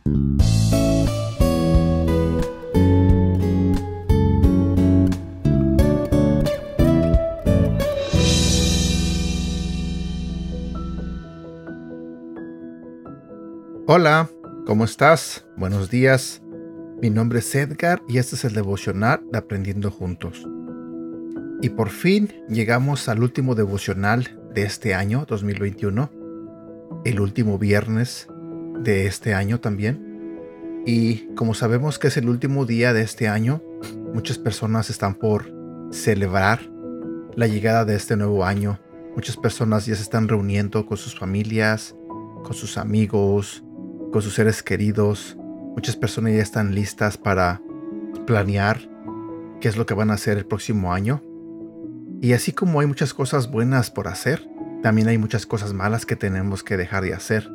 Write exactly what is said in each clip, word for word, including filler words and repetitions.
Hola, ¿cómo estás? Buenos días. Mi nombre es Edgar y este es el devocional de Aprendiendo Juntos. Y por fin llegamos al último devocional de este año dos mil veintiuno, el último viernes de este año también. Y como sabemos que es el último día de este año, muchas personas están por celebrar la llegada de este nuevo año. Muchas personas ya se están reuniendo con sus familias, con sus amigos, con sus seres queridos. Muchas personas ya están listas para planear qué es lo que van a hacer el próximo año. Y así como hay muchas cosas buenas por hacer, también hay muchas cosas malas que tenemos que dejar de hacer.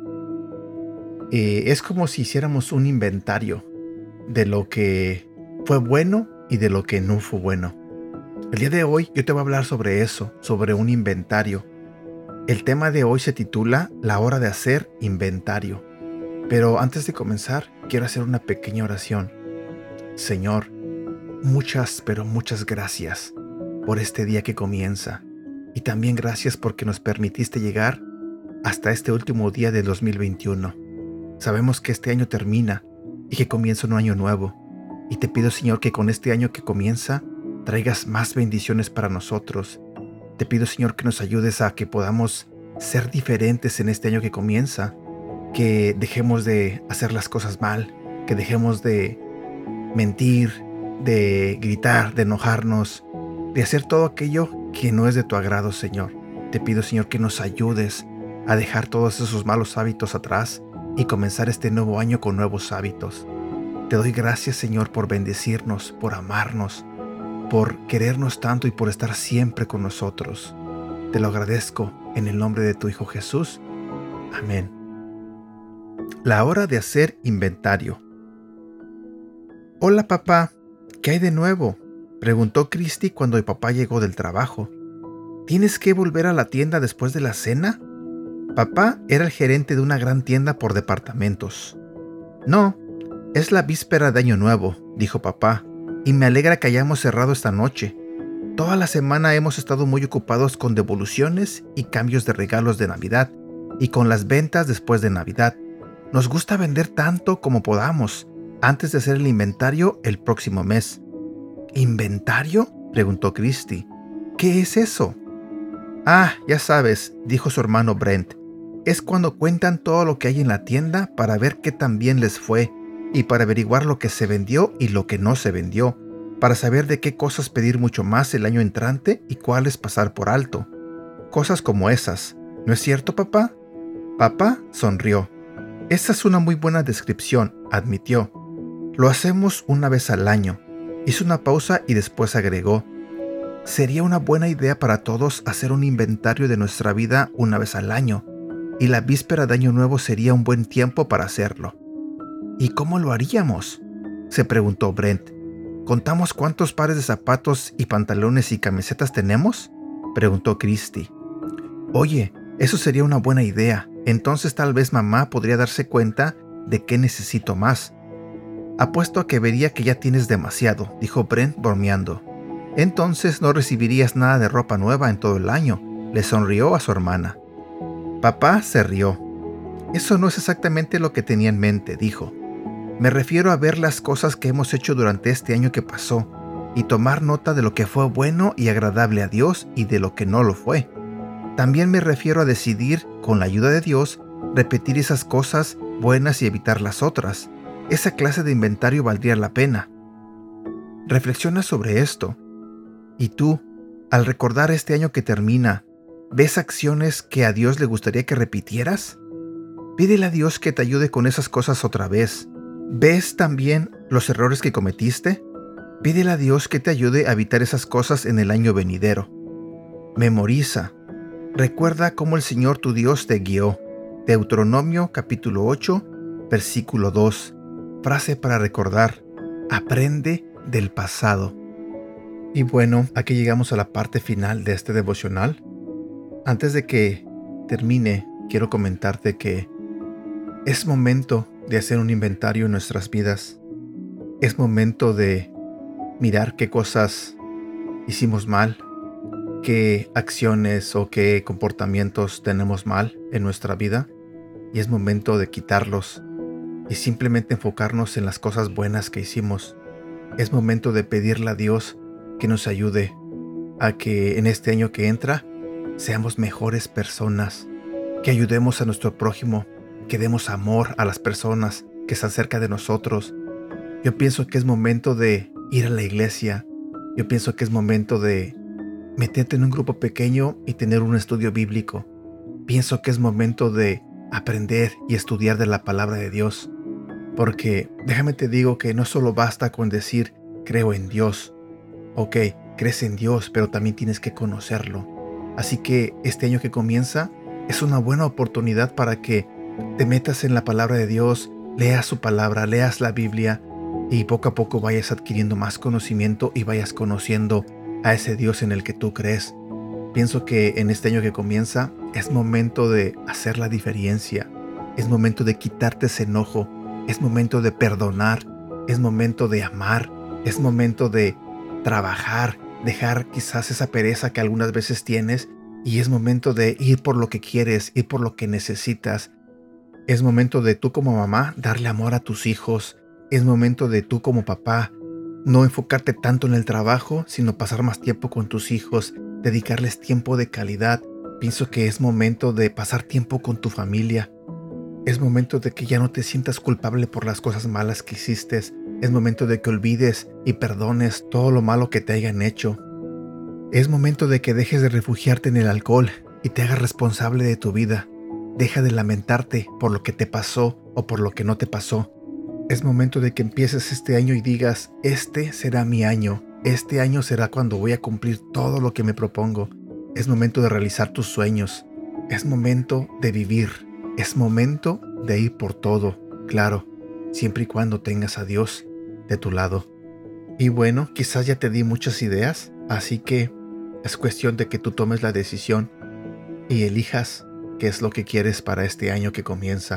Eh, es como si hiciéramos un inventario de lo que fue bueno y de lo que no fue bueno. El día de hoy yo te voy a hablar sobre eso, sobre un inventario. El tema de hoy se titula La hora de hacer inventario. Pero antes de comenzar, quiero hacer una pequeña oración. Señor, muchas, pero muchas gracias por este día que comienza. Y también gracias porque nos permitiste llegar hasta este último día de dos mil veintiuno. Sabemos que este año termina y que comienza un año nuevo. Y te pido, Señor, que con este año que comienza, traigas más bendiciones para nosotros. Te pido, Señor, que nos ayudes a que podamos ser diferentes en este año que comienza. Que dejemos de hacer las cosas mal, que dejemos de mentir, de gritar, de enojarnos, de hacer todo aquello que no es de tu agrado, Señor. Te pido, Señor, que nos ayudes a dejar todos esos malos hábitos atrás y comenzar este nuevo año con nuevos hábitos. Te doy gracias, Señor, por bendecirnos, por amarnos, por querernos tanto y por estar siempre con nosotros. Te lo agradezco en el nombre de tu Hijo Jesús. Amén. La hora de hacer inventario. Hola, papá. ¿Qué hay de nuevo? Preguntó Christy cuando el papá llegó del trabajo. ¿Tienes que volver a la tienda después de la cena? Papá era el gerente de una gran tienda por departamentos. No, es la víspera de Año Nuevo, dijo papá, y me alegra que hayamos cerrado esta noche. Toda la semana hemos estado muy ocupados con devoluciones y cambios de regalos de Navidad y con las ventas después de Navidad. Nos gusta vender tanto como podamos antes de hacer el inventario el próximo mes. ¿Inventario?, preguntó Christy. ¿Qué es eso? Ah, ya sabes, dijo su hermano Brent. Es cuando cuentan todo lo que hay en la tienda para ver qué tan bien les fue y para averiguar lo que se vendió y lo que no se vendió, para saber de qué cosas pedir mucho más el año entrante y cuáles pasar por alto. Cosas como esas. ¿No es cierto, papá? Papá sonrió. Esa es una muy buena descripción, admitió. Lo hacemos una vez al año. Hizo una pausa y después agregó. Sería una buena idea para todos hacer un inventario de nuestra vida una vez al año, y la víspera de Año Nuevo sería un buen tiempo para hacerlo. ¿Y cómo lo haríamos?, se preguntó Brent. ¿Contamos cuántos pares de zapatos y pantalones y camisetas tenemos?, preguntó Christy. Oye, eso sería una buena idea. Entonces tal vez mamá podría darse cuenta de que necesito más. Apuesto a que vería que ya tienes demasiado, dijo Brent bromeando. Entonces no recibirías nada de ropa nueva en todo el año, le sonrió a su hermana. Papá se rió. Eso no es exactamente lo que tenía en mente, dijo. Me refiero a ver las cosas que hemos hecho durante este año que pasó y tomar nota de lo que fue bueno y agradable a Dios y de lo que no lo fue. También me refiero a decidir, con la ayuda de Dios, repetir esas cosas buenas y evitar las otras. Esa clase de inventario valdría la pena. Reflexiona sobre esto. ¿Y tú, al recordar este año que termina, ves acciones que a Dios le gustaría que repitieras? Pídele a Dios que te ayude con esas cosas otra vez. ¿Ves también los errores que cometiste? Pídele a Dios que te ayude a evitar esas cosas en el año venidero. Memoriza. Recuerda cómo el Señor tu Dios te guió. Deuteronomio capítulo ocho, versículo dos. Frase para recordar. Aprende del pasado. Y bueno, aquí llegamos a la parte final de este devocional. Antes de que termine, quiero comentarte que es momento de hacer un inventario en nuestras vidas. Es momento de mirar qué cosas hicimos mal, qué acciones o qué comportamientos tenemos mal en nuestra vida, y es momento de quitarlos y simplemente enfocarnos en las cosas buenas que hicimos. Es momento de pedirle a Dios que nos ayude a que en este año que entra seamos mejores personas, que ayudemos a nuestro prójimo, que demos amor a las personas que están cerca de nosotros. Yo pienso que es momento de ir a la iglesia. Yo pienso que es momento de meterte en un grupo pequeño y tener un estudio bíblico. Pienso que es momento de aprender y estudiar de la palabra de Dios. Porque déjame te digo que no solo basta con decir creo en Dios. Ok, crees en Dios, pero también tienes que conocerlo. Así que este año que comienza es una buena oportunidad para que te metas en la palabra de Dios, leas su palabra, leas la Biblia y poco a poco vayas adquiriendo más conocimiento y vayas conociendo a ese Dios en el que tú crees. Pienso que en este año que comienza es momento de hacer la diferencia, es momento de quitarte ese enojo, es momento de perdonar, es momento de amar, es momento de trabajar, dejar quizás esa pereza que algunas veces tienes y es momento de ir por lo que quieres, ir por lo que necesitas. Es momento de tú como mamá darle amor a tus hijos, es momento de tú como papá no enfocarte tanto en el trabajo, sino pasar más tiempo con tus hijos, dedicarles tiempo de calidad. Pienso que es momento de pasar tiempo con tu familia. Es momento de que ya no te sientas culpable por las cosas malas que hiciste. Es momento de que olvides y perdones todo lo malo que te hayan hecho. Es momento de que dejes de refugiarte en el alcohol y te hagas responsable de tu vida. Deja de lamentarte por lo que te pasó o por lo que no te pasó. Es momento de que empieces este año y digas, este será mi año. Este año será cuando voy a cumplir todo lo que me propongo. Es momento de realizar tus sueños. Es momento de vivir. Es momento de ir por todo. Claro, siempre y cuando tengas a Dios de tu lado. Y bueno, quizás ya te di muchas ideas, así que es cuestión de que tú tomes la decisión y elijas qué es lo que quieres para este año que comienza.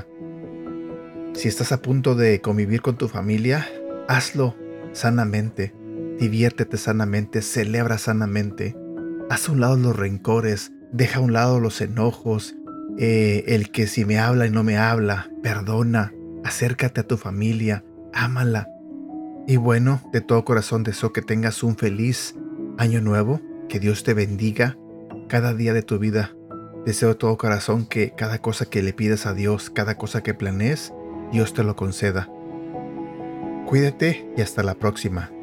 Si estás a punto de convivir con tu familia, hazlo sanamente, diviértete sanamente, celebra sanamente, haz a un lado los rencores, deja a un lado los enojos, eh, el que si me habla y no me habla, perdona, acércate a tu familia, ámala. Y bueno, de todo corazón deseo que tengas un feliz año nuevo, que Dios te bendiga cada día de tu vida. Deseo de todo corazón que cada cosa que le pidas a Dios, cada cosa que planees, Dios te lo conceda. Cuídate y hasta la próxima.